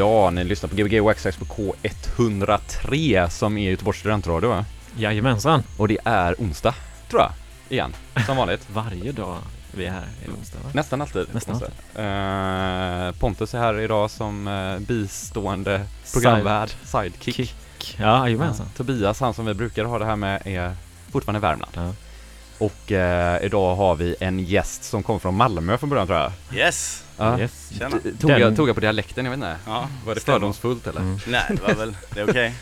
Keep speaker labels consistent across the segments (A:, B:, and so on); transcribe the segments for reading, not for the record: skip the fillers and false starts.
A: Ja, ni lyssnar på Gbg Waxxax på K103 som är Göteborgs studentradio, va?
B: Jajamensan.
A: Och det är onsdag, tror jag, igen, som vanligt.
B: Varje dag vi är här är onsdag, va?
A: Nästan alltid. Pontus är här idag som bistående programvärd, sidekick.
B: Ja, jajamensan.
A: Tobias, han som vi brukar ha det här med, är fortfarande i Värmland.
B: Ja.
A: Och idag har vi en gäst som kommer från Malmö från början, tror jag.
C: Yes.
A: Ja.
B: Yes.
C: Tjena.
A: Tog jag på dialekten, jag vet inte.
C: Ja,
A: Var det
C: stämmer.
A: fördomsfullt eller?
C: Nej, det var väl, det är okej.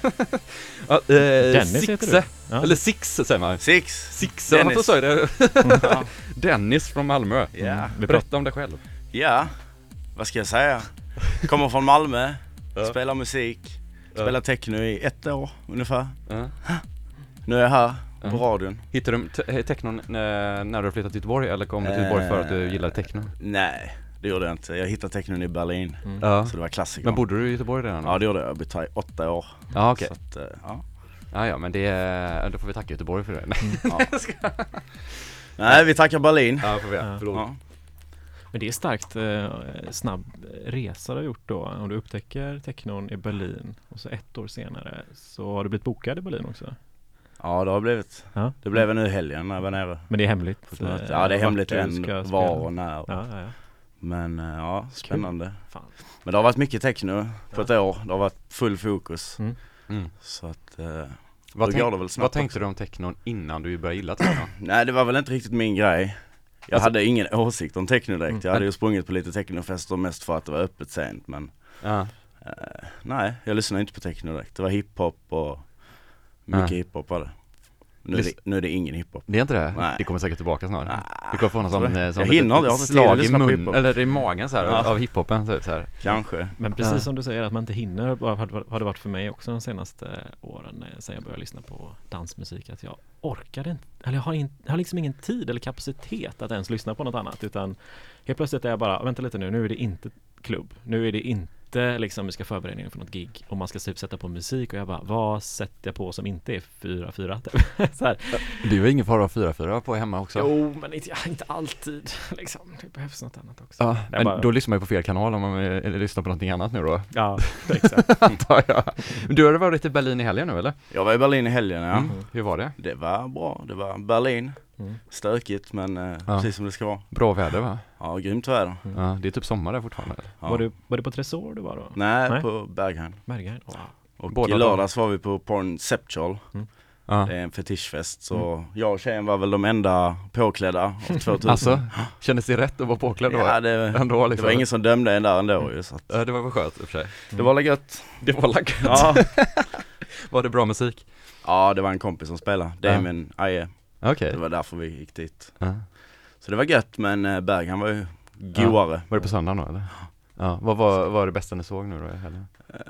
B: Dennis heter
A: Sixe.
B: du. Ja.
A: Eller Six säger man.
C: Sixe.
A: Dennis. Så sa jag det.
C: Ja.
A: Dennis från Malmö.
C: Ja.
A: Berätta om dig själv.
C: Ja, vad ska jag säga? Kommer från Malmö,
A: Ja.
C: spelar musik,
A: Ja.
C: spelar techno i 1 år ungefär.
A: Ja.
C: Nu är jag här på
A: Ja.
C: radion.
A: Hittade du technon när du flyttade till Göteborg, eller kom du till Göteborg för att du gillade techno?
C: Nej, det gjorde jag inte. Jag hittade technon i Berlin,
A: Ja.
C: så det var klassiker.
A: Men bodde du i Göteborg redan?
C: Ja, det gjorde jag. Jag bodde i 8 år.
A: Ja, okej.
C: Så att, ja.
A: Ja, men då får vi tacka Göteborg för det.
C: Ja. Nej, vi tackar Berlin.
A: Ja, får vi.
B: Ja.
A: Förlåt.
C: Ja.
B: Men det är starkt snabb resa du har gjort då. Om du upptäcker technon i Berlin och så 1 år senare så har du blivit bokad i Berlin också.
C: Ja, det har blivit.
B: Ja.
C: Det blev nu i helgen när jag var nere.
B: Men det är hemligt.
C: Ja, det är hemligt
B: vart du ska
C: än
B: spela.
C: var och när.
B: Ja.
C: Men ja, spännande.
B: Fan.
C: Men det har varit mycket techno på ett år. Det har varit full fokus.
A: Mm.
C: Så att
A: Vad,
C: då går det väl snabbt
A: vad tänkte
C: också.
A: du om technon innan du började gilla techno?
C: Nej, det var väl inte riktigt min grej. Jag
A: Alltså-
C: hade ingen åsikt om techno direkt. Jag hade
A: Men-
C: ju sprungit på lite technofester mest för att det var öppet sent. Men
A: Ja.
C: nej, jag lyssnade inte på techno direkt. Det var hiphop och mycket
A: Ja.
C: hiphop var det. Nu är det ingen hiphop.
A: Det är inte det?
C: Nej.
A: Det kommer säkert tillbaka snart.
C: Nej.
A: Du kommer få någon sån,
C: Jag
A: sån
C: hinner aldrig, jag har inte tid att
A: slag i
C: lyssna på
A: mun,
C: hiphop.
A: eller i magen så här,
C: Ja.
A: av hiphopen så här.
C: Kanske.
B: Men precis
A: Ja.
B: som du säger att man inte hinner har det varit för mig också de senaste åren sen jag började lyssna på dansmusik, att jag orkade inte, eller jag har liksom ingen tid eller kapacitet att ens lyssna på något annat, utan helt plötsligt är jag bara, vänta lite nu är det inte klubb, nu är det inte liksom vi ska förbereda inför något gig och man ska typ sätta på musik och jag bara, vad sätter jag på som inte är 4/4 typ. Så här.
A: Det är ju ingen fara att 4/4 på hemma också.
B: Jo, men inte alltid liksom. Det behövs något annat också.
A: Ja,
B: Det är
A: men
B: bara-
A: då lyssnar man ju på fel kanal om man vill lyssna på någonting annat nu då.
B: Ja, exakt.
A: Antar jag. Men du har varit i Berlin i helgen nu, eller?
C: Jag var i Berlin i helgen, ja.
A: Mm. Hur var det?
C: Det var bra. Det var Berlin.
B: Mm.
C: Stökigt, men precis som det ska vara.
A: Bra väder, va?
C: Ja, grymt väder.
A: Ja, det är typ sommar där fortfarande.
C: Ja.
B: Var det på Tresor du var då?
C: Nej, på Berghain.
B: Berghain? Wow.
C: Och
A: Båda
C: i lördags var vi på Pornceptual.
A: Ja.
C: Det är en fetischfest. Så jag och tjejen var väl de enda påklädda av 2000.
A: Alltså, kändes det rätt att vara påklädd då?
C: Ja, det
A: Ändå,
C: var
A: liksom.
C: ingen som dömde en där ändå ju, så att
A: Ja, det var väl skönt i och för sig.
C: det var gött.
A: Det var laggat.
C: Ja.
A: Var det bra musik?
C: Ja, det var en kompis som spelade. Damien Aje.
A: Okej.
C: Det var därför vi gick dit.
A: Ja.
C: Så det var gött, men Berghain var ju goare.
A: Var det på söndagen då, eller? Ja. Vad var det bästa ni såg nu då i helgen?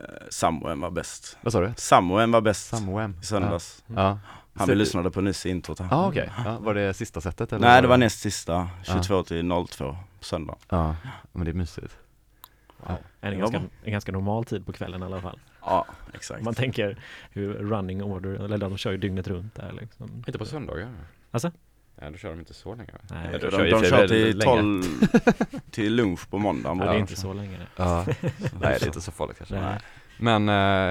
C: Samoen var bäst.
A: Vad sa du?
C: Samoen var bäst
A: Samoem.
C: i söndags.
A: Ja.
C: Han vi lyssnade på nyss i introt här.
A: Ja, okej. Ja, var det sista sättet eller?
C: Nej, det var näst sista, 22-02 på söndag.
A: Ja, men det är mysigt.
B: Wow. En ganska normal tid på kvällen i alla fall.
C: Ja, exakt.
B: Om man tänker hur running order, eller de kör ju dygnet runt där liksom.
A: Inte på söndagar.
B: Alltså?
A: Nej, då kör de inte så länge.
B: Nej,
A: Jag
C: De,
A: tror
C: de
A: i och för sig
C: kör
A: väldigt
C: till
A: länge.
C: 12 till lunch på måndagen.
B: det
C: var
B: är
C: det.
B: inte så länge.
A: Ja. Nej, det är inte så farligt kanske.
B: Nej.
A: Men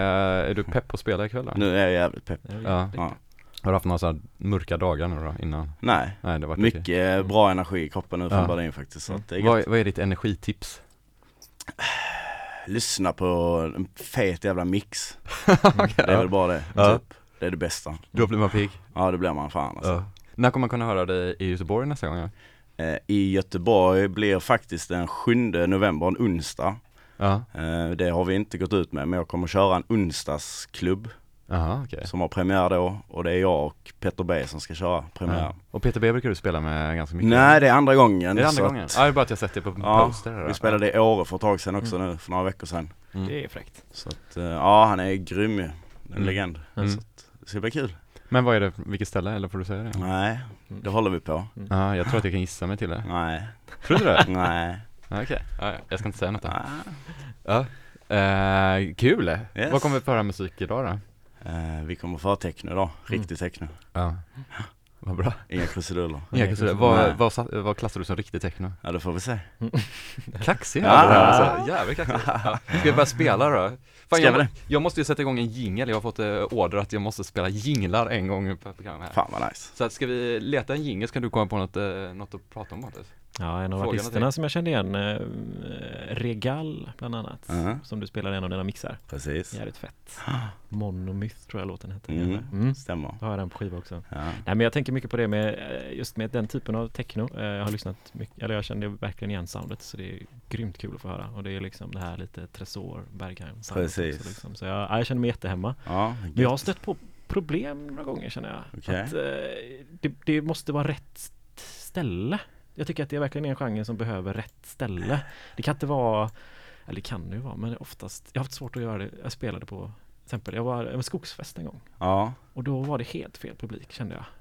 A: är du pepp på att spela ikväll då?
C: Nu är jag jävligt pepp.
A: Ja.
C: Ja.
A: Har du haft några så här mörka dagar nu då innan?
C: Nej,
A: Nej, det var
C: mycket bra energi i kroppen nu från
A: Ja.
C: Berlin faktiskt. Så att det är
A: Vad
C: gött.
A: är ditt energitips?
C: Lyssna på en fet jävla mix.
A: Okay,
C: Det är väl bara det.
A: Ja.
C: Typ. Det är det bästa.
A: Då blir man pigg.
C: Ja, det blir man fan alltså.
A: Ja. När kommer man kunna höra dig i Göteborg nästa gång? Ja?
C: I Göteborg blir faktiskt den 7 november en onsdag.
A: Ja.
C: Det har vi inte gått ut med, men jag kommer köra en onsdagsklubb
A: Jaha, okej.
C: som har premiär då. Och det är jag och Peter B som ska köra premiär.
A: Ja. Och Peter B brukar du spela med ganska mycket?
C: Nej, det är andra gången.
A: Är det andra
C: så
A: gången?
C: att-
A: Ja, det är bara att jag sett det på
C: Ja,
A: poster. Här,
C: vi spelade i Åre för ett tag sedan också nu, för några veckor sedan.
A: Mm.
B: Det är fräckt.
C: Så att, ja, han är grym ju. En legend.
A: Mm.
C: Så att, det ska bli kul.
A: Men vad är det, vilket ställe, eller får du säga det?
C: Nej, det håller vi på.
A: Ja, jag tror att jag kan gissa mig till det.
C: Nej.
A: Tror du det?
C: Nej.
A: Ja, okej. Ja, jag ska inte säga något då.
C: Nej.
A: Ja. Kul!
C: Yes.
A: Vad kommer vi få höra musik idag då?
C: Vi kommer få techno då. Riktig techno.
A: Ja. Vad bra.
C: Inga krusiduller.
A: Vad klassar du som riktig techno?
C: Ja, det får vi se.
A: Kaxig
C: Ja.
A: det här alltså. Jävligt kaxig. Ja. Ska vi börja spela då? Fan,
C: Ska vi det?
A: jag måste ju sätta igång en jingle. Jag har fått order att jag måste spela jinglar en gång på programmet här.
C: Fan vad nice.
A: Så att ska vi leta en jingle, så kan du komma på något att prata om, Mattias.
B: Ja, en av
A: Frågan
B: artisterna
A: är-
B: som jag kände igen, Regal bland annat,
C: Ja.
B: som du spelar i en av dina mixar.
C: Precis.
B: Jävligt fett. Monomyth tror jag låten heter.
C: Stämmer.
B: Då har jag den på skiva också.
C: Ja.
B: Nej, men jag tänker mycket på det med just med den typen av techno. Jag har lyssnat mycket, eller jag kände verkligen igen soundet, så det är grymt kul att få höra. Och det är liksom det här lite Tresor, Berghain soundet
C: Precis.
B: också, liksom. Så jag känner mig jättehemma.
C: Ja,
B: Men jag har stött på problem några gånger, känner jag.
C: Okej.
B: Att det måste vara rätt ställe. Jag tycker att det är verkligen en genre som behöver rätt ställe. Det kan inte vara, eller det kan det ju vara, men oftast, jag har haft svårt att göra det. Jag spelade på, till exempel, jag var en skogsfest en gång.
C: Ja.
B: Och då var det helt fel publik, kände jag.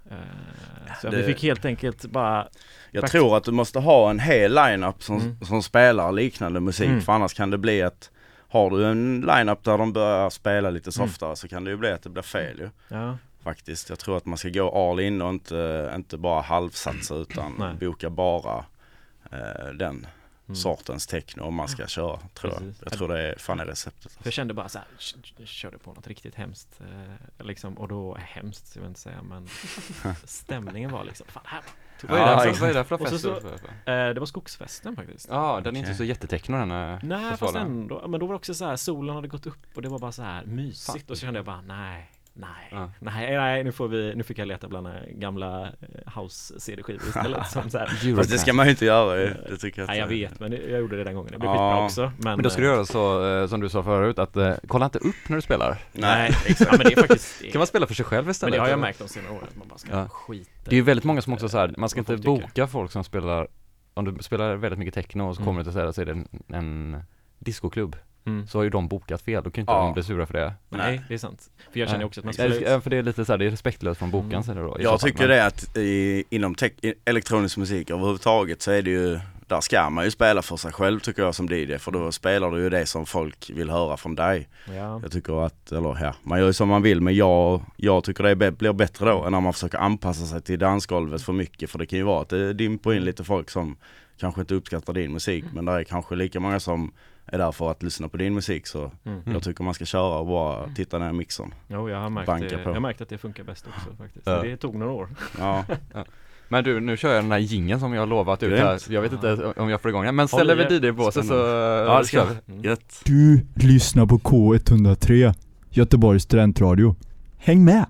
B: Så
C: det-
B: vi fick helt enkelt bara...
C: Jag tror att du måste ha en hel line-up som spelar liknande musik.
B: Mm.
C: För annars kan det bli att har du en line-up där de börjar spela lite softare så kan det ju bli att det blir fel ju.
B: Ja,
C: Faktiskt. Jag tror att man ska gå all in och inte bara halvsatsa utan
B: Nej.
C: boka bara den sortens techno om man ska köra, tror jag.
B: Precis.
C: Jag tror det är fan är receptet.
B: för jag kände bara så här, körde på något riktigt hemskt. Liksom, och då, hemskt, så jag vill inte säga, men stämningen var liksom, fan här
A: Vad är det
C: exakt.
A: vad är det för
B: Och så-
A: fest?
B: det var skogsfesten faktiskt.
A: Ja, den är inte
C: Okej.
A: så jättetekno den här
B: Nej, fast
A: festivalen.
B: ändå, men då var det också så här, solen hade gått upp och det var bara så här mysigt.
A: Fan.
B: Och så kände jag bara,
A: Ja.
B: nej, nu fick jag leta bland gamla house-CD-skivor istället. Som så här.
C: Fast det ska man ju inte göra. Det tycker jag
B: Nej, jag
C: inte.
B: vet, men jag gjorde det den gången. Det blev
C: Ja.
B: skitbra också.
A: Men då ska du göra så som du sa förut, att kolla inte upp när du spelar.
C: Nej,
B: exakt. Ja, men det är faktiskt...
A: Kan man spela för sig själv
B: men
A: istället?
B: det har jag
A: eller?
B: märkt de senare åren, att man bara ska
A: Ja.
B: skita.
A: Det är ju väldigt många som också så här, man ska
B: vad
A: inte
B: folk tycker.
A: boka folk som spelar, om du spelar väldigt mycket techno och så kommer du till så är det en discoklubb, så har ju de bokat fel, då kan ju inte
C: Ja.
A: de bli sura för det.
B: Nej, det är sant. För jag känner också att man
A: Nej,
B: spelar...
A: för det är lite så här, det är respektlöst från bokan så är det då. i så
C: Jag
A: fall,
C: tycker
A: men-
C: det att inom elektronisk musik överhuvudtaget så är det ju, där ska man ju spela för sig själv tycker jag som DJ, för då spelar du ju det som folk vill höra från dig.
B: Ja.
C: Jag tycker att, eller ja, man gör ju som man vill, men jag tycker det blir bättre då än när man försöker anpassa sig till dansgolvet för mycket, för det kan ju vara att det dimper in lite folk som kanske inte uppskattar din musik, men det är kanske lika många som är där för att lyssna på din musik, så jag tycker man ska köra och bara titta ner i mixern.
B: Jo, jag har märkt
C: Banka
B: det.
C: på.
B: Jag har märkt att det funkar bäst också faktiskt.
A: Ja.
B: Det tog några år.
C: Ja,
A: Men du, nu kör jag den här jingeln som jag har lovat ut
C: Grymt.
A: här. Jag vet inte om jag får igång den, men ställer vi
B: Håll i
A: DJ på sig så
C: ja det ska
A: kör vi.
C: gött.
D: Du lyssnar på K103, Göteborgs studentradio. Häng med!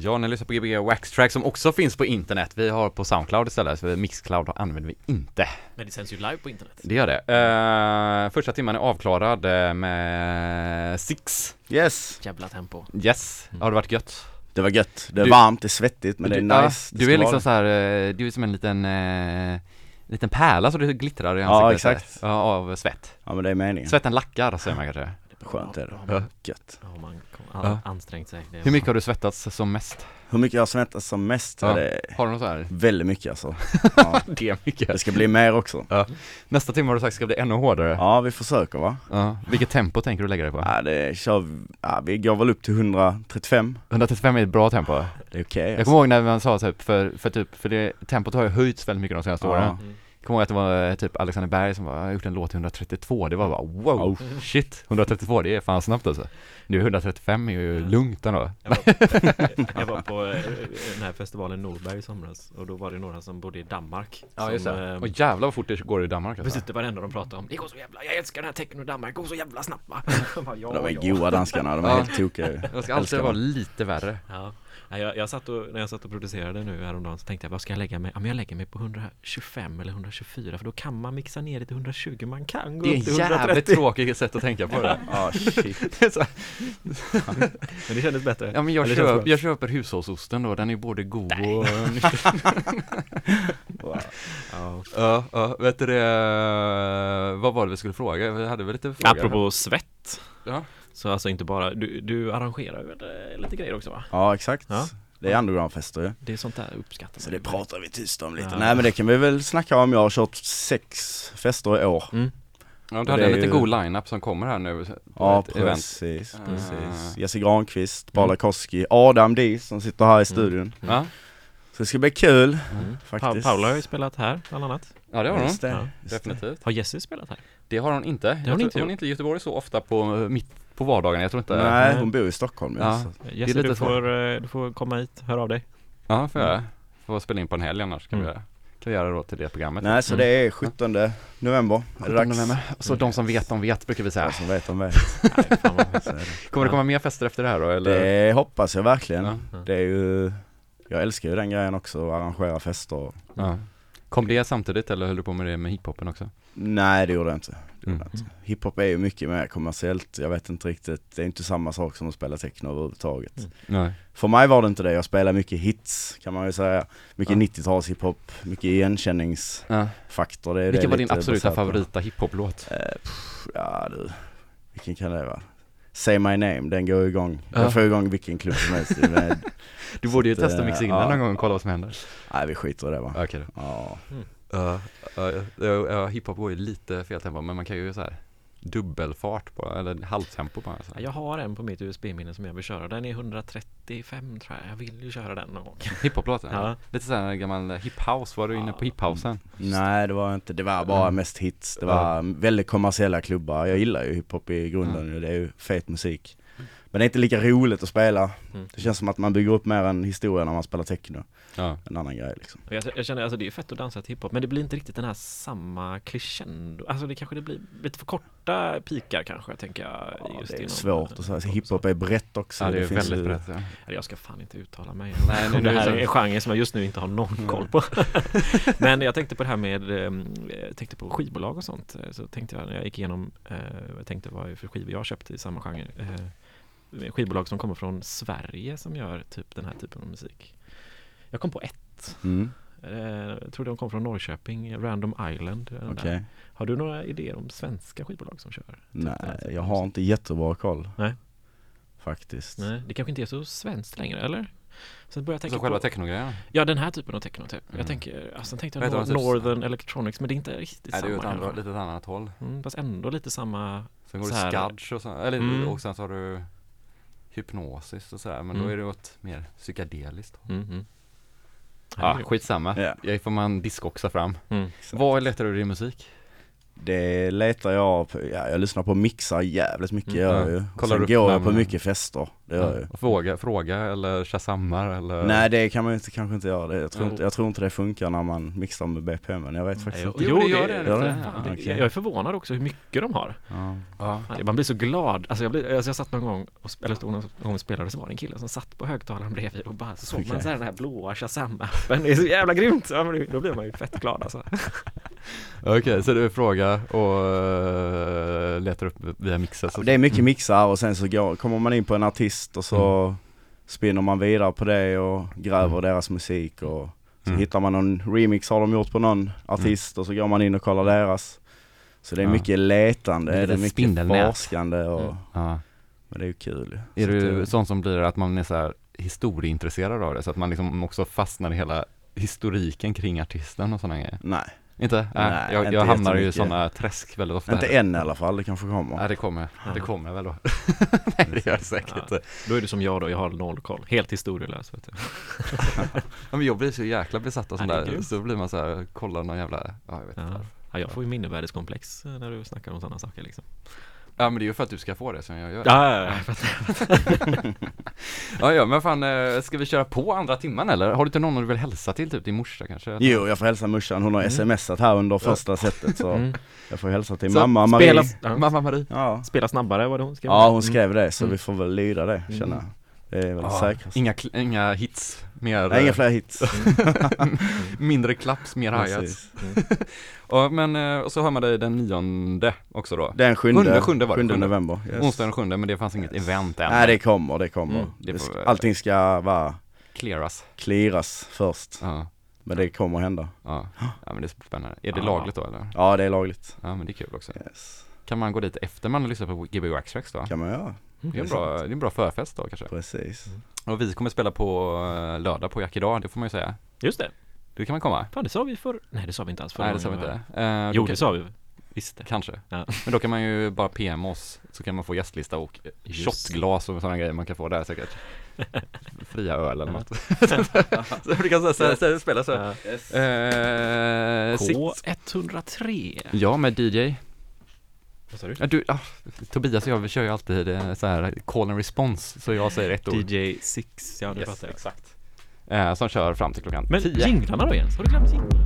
A: Ja, ni lyssnar på Gbg Wax Track som också finns på internet. Vi har på Soundcloud istället, för Mixcloud använder vi inte.
B: Men det sänds ju live på internet.
A: Det gör det. Första timmen är avklarad med 6.
C: Yes.
B: Jävla tempo.
A: Yes, har det varit gött?
C: Det var gött. Det är varmt, det är svettigt, men det är nice.
A: Du är liksom så här, du är som en liten pärla så det glittrar i ansiktet.
C: Ja, exakt.
A: Av svett.
C: Ja, men det är meningen.
A: Svetten lackar, säger man kanske.
C: Skönt är det.
A: Ja.
C: Gött.
B: Ja, man ansträngt sig.
A: Hur mycket har du svettats som mest?
C: Hur mycket jag har svettats som mest?
A: Ja.
C: Det
A: Har du något så här?
C: väldigt mycket alltså. Ja.
A: Det är mycket.
C: Det ska bli mer också.
A: Ja. Nästa timme har du sagt ska bli ännu hårdare.
C: Ja, vi försöker va?
A: Ja. Vilket tempo tänker du lägga dig på?
C: Vi går väl upp till 135.
A: 135 är ett bra tempo.
C: Det är okej.
A: Jag kommer ihåg när man sa typ, för det tempot har ju höjts väldigt mycket de senaste åren. Jag kommer ihåg att det var typ Alexander Berg som har gjort en låt till 132. Det var bara wow, shit, 132 det är fan snabbt alltså. Nu 135 är ju lugnt ändå.
B: Jag var på den här festivalen Norberg i somras och då var det några som bodde i Danmark.
A: Ja, just det. Och jävlar vad fort det går i Danmark alltså.
B: Precis, det var det enda de pratade om. Det går så jävla, jag älskar den här techno i Danmark, det går så jävla snabbt va?
C: De är goa danskarna, de är helt tokiga.
A: Det ska alltid vara lite värre.
B: Ja. När jag satt och producerade nu häromdagen så tänkte jag, vad ska jag lägga mig? Ja, men jag lägger mig på 125 eller 124 för då kan man mixa ner det till 120, man kan gå
A: det är
B: upp till
A: ett
B: 130.
A: jävligt tråkigt sätt att tänka på det.
C: Ja, shit.
B: Men det kändes bättre.
A: Ja, men jag köper hushållsosten då, den är både god och
C: Wow.
A: Ja, vet du det, vad var det vi skulle fråga? Vi hade väl lite frågor.
B: Apropå svett.
A: Ja.
B: Så alltså inte bara, du arrangerar väl lite grejer också va?
C: Ja, exakt.
B: Ja.
C: Det är undergroundfester ju.
B: Det är sånt där uppskattat.
C: Så det pratar vi tyst om lite.
B: Ja.
C: Nej, men det kan vi väl snacka om. Jag har kört 6 fester i år.
A: Ja, du hade en lite god line-up som kommer här nu.
C: Ja, precis. Jesse Granqvist, Paula Koski, Adam Dis som sitter här i studion.
A: Ja.
C: Så det ska bli kul faktiskt.
B: Paula har ju spelat här bland annat.
A: Ja, det har hon.
C: Just det,
B: Ja.
C: just det.
A: Definitivt.
B: Har Jessie spelat här?
A: Det har hon inte.
B: hon inte
A: hon är inte i Göteborg så ofta på vardagen. Jag tror inte.
C: Nej, hon bor i Stockholm.
A: Ja.
C: Så.
B: Jessie,
A: lite
B: du får komma hit, hör av dig.
A: Ja, får jag. Får spela in på en helg annars kan vi göra då till det programmet.
C: Nej, så det är 17 november. Är det dags?
A: november. Så de som vet, de vet brukar vi säga.
C: Ja, som vet, de vet.
B: Nej, fan vad...
C: Så är det.
A: Kommer det komma mer fester efter det här då? Eller?
C: Det hoppas jag verkligen.
A: Ja.
C: Det är ju, jag älskar ju den grejen också, att arrangera fester.
A: Ja. Kom det samtidigt eller höll du på med det med hiphopen också?
C: Nej, det gjorde jag inte.
A: Mm.
C: Hiphop är ju mycket mer kommersiellt. Jag vet inte riktigt, det är inte samma sak som att spela techno överhuvudtaget.
A: Nej.
C: För mig var det inte det. Jag spelar mycket hits kan man ju säga. Mycket 90-tals hiphop, mycket igenkänningsfaktor. Det är
A: Vilken
C: det
A: var din
C: lite
A: absoluta
C: baserat på.
A: favorita hiphop-låt?
C: Ja du, vilken kan det vara? Say My Name, den går igång.
A: Ja.
C: Jag får igång vilken klubb som helst.
A: Du borde ju
C: Så att,
A: testa mixa in
C: ja.
A: den någon gång och kolla vad som händer.
C: Nej, vi skiter i det va.
A: Okej då.
C: Ja.
A: Hiphop går ju lite fel tempo, men man kan ju så här dubbelfart på, eller halvtempo på. Alltså.
B: Jag har en på mitt USB-minne som jag vill köra. Den är 135 tror jag. Jag vill ju köra den någon gång.
A: Hiphop-låten?
B: Ja.
A: Lite såhär gammal hip-house, var du inne på hip-housen?
C: Nej, det var inte. Det var bara mest hits. Det var väldigt kommersiella klubbar. Jag gillar ju hiphop i grunden. Det är ju fet musik. Men det är inte lika roligt att spela. Det känns som att man bygger upp mer en historia när man spelar techno.
A: Ja.
C: En annan grej liksom.
B: Jag känner, alltså det är fett att dansa till hiphop, men det blir inte riktigt den här samma crescendo. Alltså det blir lite för korta pikar kanske, tänker jag.
C: Ja,
B: Just
C: det är
B: inom
C: svårt att säga. Hiphop är brett också.
A: Ja, det är
C: finns
A: väldigt
C: ju...
A: brett. Ja.
B: Eller jag ska fan inte uttala mig.
A: Nej,
B: Det här är en genre som jag just nu inte har någon koll på. Men jag tänkte på det här med tänkte på skivbolag och sånt. Så tänkte jag när jag gick igenom jag tänkte vad för skivor jag köpte i samma genre. Skivbolag som kommer från Sverige som gör typ den här typen av musik. Jag kom på ett. Jag tror de kom från Norrköping, Random Island.
C: Okej.
B: Har du några idéer om svenska skivbolag som kör?
C: Nej, jag har inte jättebra koll.
B: Nej.
C: Faktiskt.
B: Nej, det kanske inte är så svenskt längre, eller? Sen börjar jag tänka
A: Så själva
B: på
A: techno-grejen?
B: Ja, den här typen av techno typ. Jag tänker, alltså tänkte jag Northern Electronics, men det är inte riktigt
A: Nej, det är
B: samma.
A: ju lite ett annat håll.
B: Fast ändå lite samma.
A: Sen går det skudge och så, eller och sen så har du hypnosis och sådär, men då är det åt mer psykedeliskt. Ja, skitsamma.
C: Yeah.
A: Jag får man diskoxa fram. Vad letar du i musik?
C: Det letar jag på, jag lyssnar på mixar jävligt mycket gör jag ju.
A: Kollar
C: Sen
A: upp
C: går jag
A: namn.
C: på mycket fester, det gör jag ju.
A: Fråga eller shazammar eller?
C: Nej, det kan man inte, kanske inte göra det.
B: Jo.
C: Jag tror inte det funkar när man mixar med BPM, men jag vet faktiskt inte.
B: Jo,
A: det gör det.
C: Gör det?
B: Fan,
C: Ja, okej.
B: Jag är förvånad också hur mycket de har.
C: Ja.
A: Ja.
B: Man blir så glad. Alltså jag satt någon gång stod någon gång och spelade, så var det en kille som satt på högtalaren bredvid och bara så såg man så här den här blåa Shazam-appen. Det är så jävla grymt. Ja, men då blir man ju fett glad alltså.
A: Okej, så du frågar och letar upp via mixar? Så
C: Det är mycket mixar och sen så kommer man in på en artist och så spinner man vidare på det och gräver deras musik och så hittar man någon remix har de gjort på någon artist och så går man in och kollar deras. Så det är mycket letande, det är mycket
A: spindelnät.
C: forskande och
A: Ja.
C: men det är ju kul. ju.
A: Är
C: Så
A: du
C: det-
A: sån som blir att man är så här historieintresserad av det, så att man liksom också fastnar i hela historiken kring artisten och sådana grejer?
C: Nej,
A: Inte?
C: Nej,
A: Jag
C: inte
A: hamnar ju i
C: jättemycket.
A: sådana träsk väldigt ofta.
C: inte än i alla fall, det kanske kommer.
A: Nej, det kommer väl då. Nej, det gör det säkert
B: Ja.
A: inte.
B: Då är du som jag då, jag har noll koll. Helt historielös, vet du.
A: Ja, men jag blir så jäkla besatt av sånt
B: Ja, det är
A: där.
B: kul.
A: Så blir man så här, kollar någon jävla, ja, jag vet inte.
B: Ja, jag får ju mindervärdeskomplex när du snackar om sådana saker liksom.
A: Ja, men det är ju för att du ska få det som jag gör.
B: Ja.
A: Ja, men fan, ska vi köra på andra timman eller? Har du inte någon du vill hälsa till, typ din morsa kanske?
C: Jo, jag får hälsa morsan, hon har smsat här under första sättet så jag får hälsa till
A: Så,
C: mamma Marie.
A: Mamma Marie.
C: Ja.
B: Spela snabbare var det hon skrev.
C: Ja, hon skrev det så vi får väl lyda det, känner jag. Det är väl
A: Ja,
C: säkrast.
A: inga hits, mer
C: Nej, inga fler hits.
A: mindre klapps, mer hi-hats.
C: Precis.
A: Ja, men och så hör man dig den 9:e också då.
C: Den 7
A: Sjunde var det,
C: 7
A: sjunde.
C: november. Yes.
A: Onsdagen den 7:e, men det fanns inget event än.
C: Nej, det kommer.
A: det får vi-
C: Allting ska vara clearas först.
A: Ja,
C: Men det kommer hända.
A: ja. Ja, men det är spännande. Är det
B: Ja.
A: lagligt då eller?
C: Ja, det är lagligt.
A: Ja, men det är kul också.
C: Yes.
A: Kan man gå dit efter man har lyssnat på Gbg Waxtrax då?
C: Kan man göra.
A: Det är en bra förfest då kanske.
C: Precis.
A: Och vi kommer spela på lördag på Jack idag, det får man ju säga.
B: Just det.
A: Du kan man komma.
B: Fan, det sa vi för. Nej, det sa vi inte alls för.
A: Nej, det sa vi inte.
B: Jo,
A: Då
B: det
A: kan-
B: sa vi. Visst det.
A: Kanske.
B: Ja.
A: Men då kan man ju bara PM oss, så kan man få gästlista och
B: Just.
A: shotglas och sådana grejer man kan få där säkert. Fria öl eller något. Så vi kan spela så.
B: Ja. K103.
A: Ja, med DJ.
B: Vad sa du?
A: Ja, Tobias och jag, vi kör ju alltid så här call and response, så jag säger ett ord.
B: DJ 6. Ja, du
A: Yes,
B: fattar.
A: exakt. Som kör fram till klockan
B: Men
A: 10.
B: jinglarna då Jens? Har du glömt jinglarna?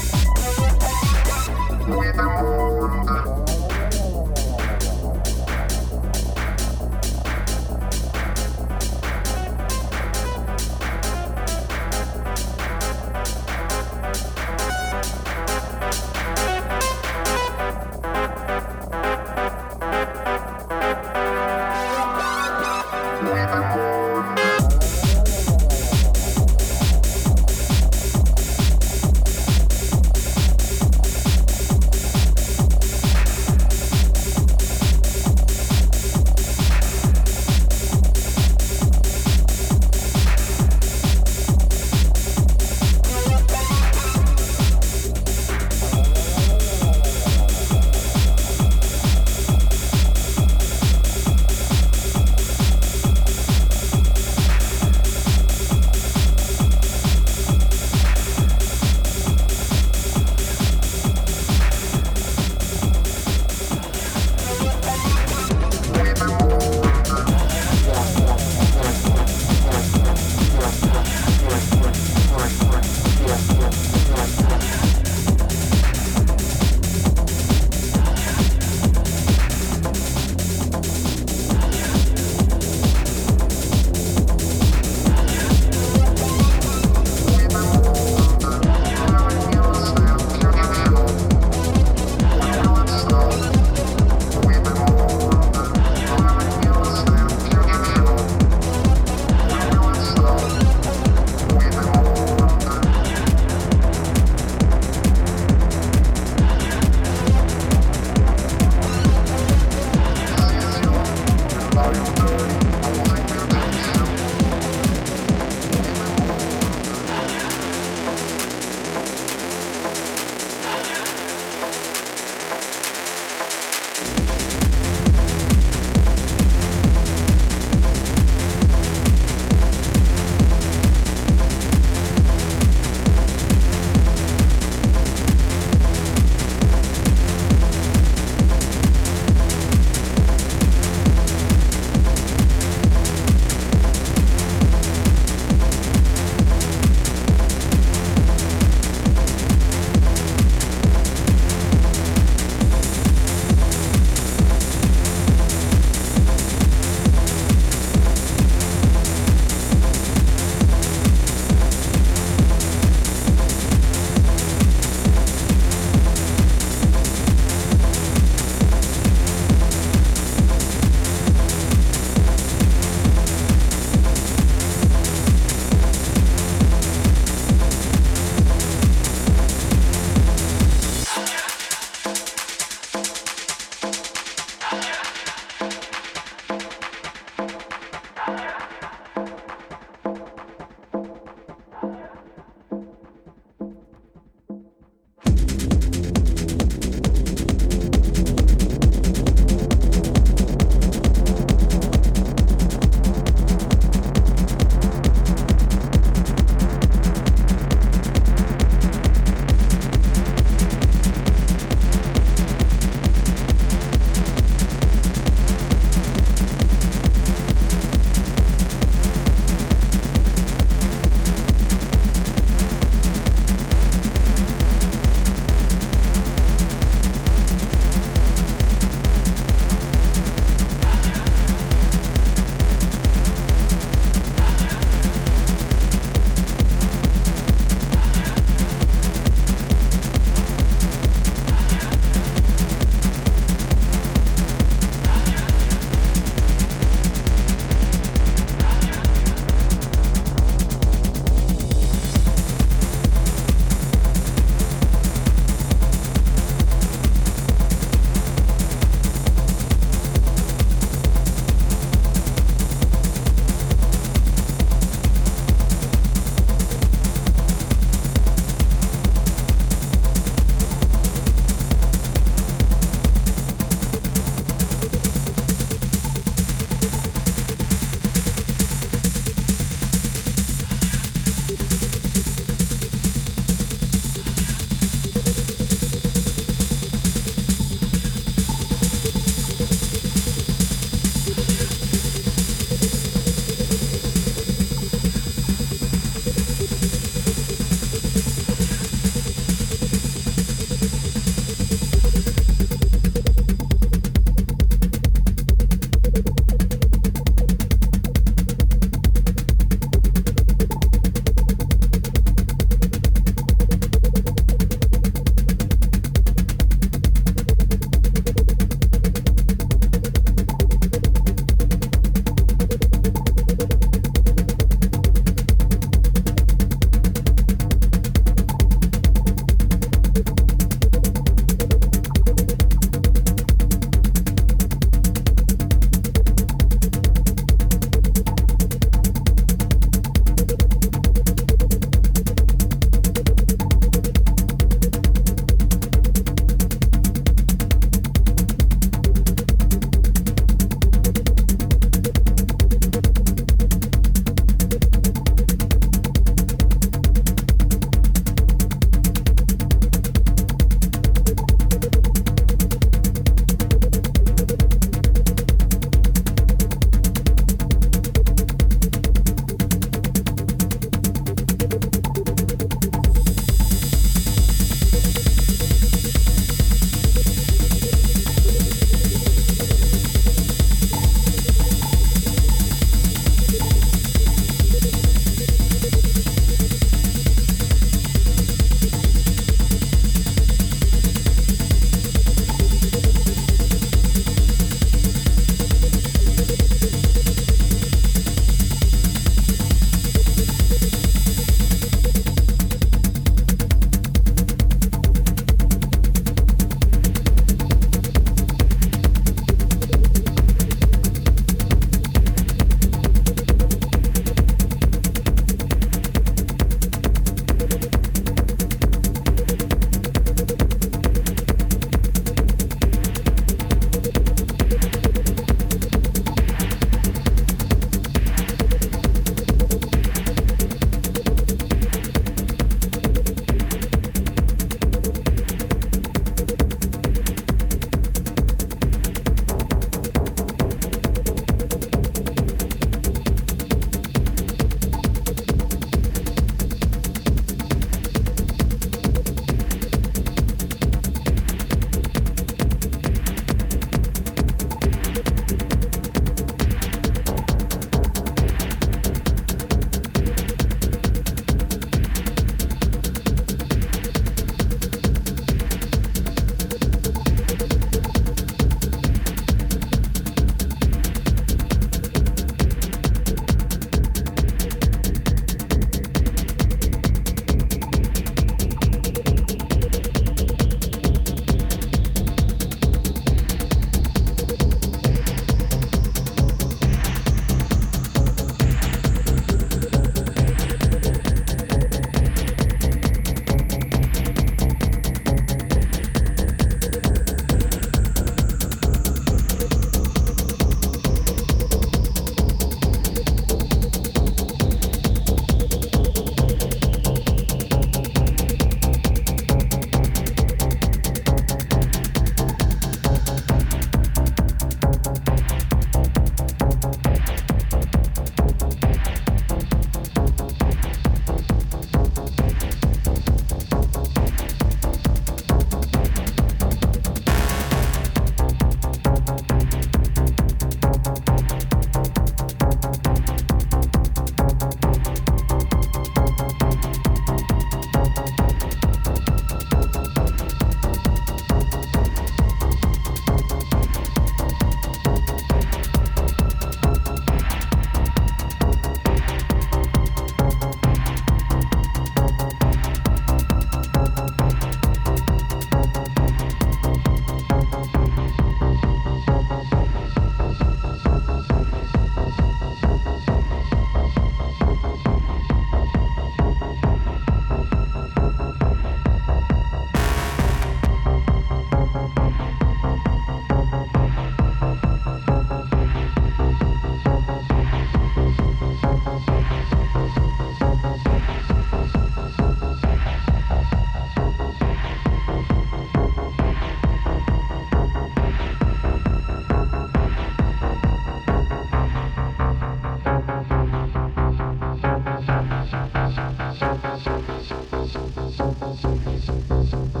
E: Thank you.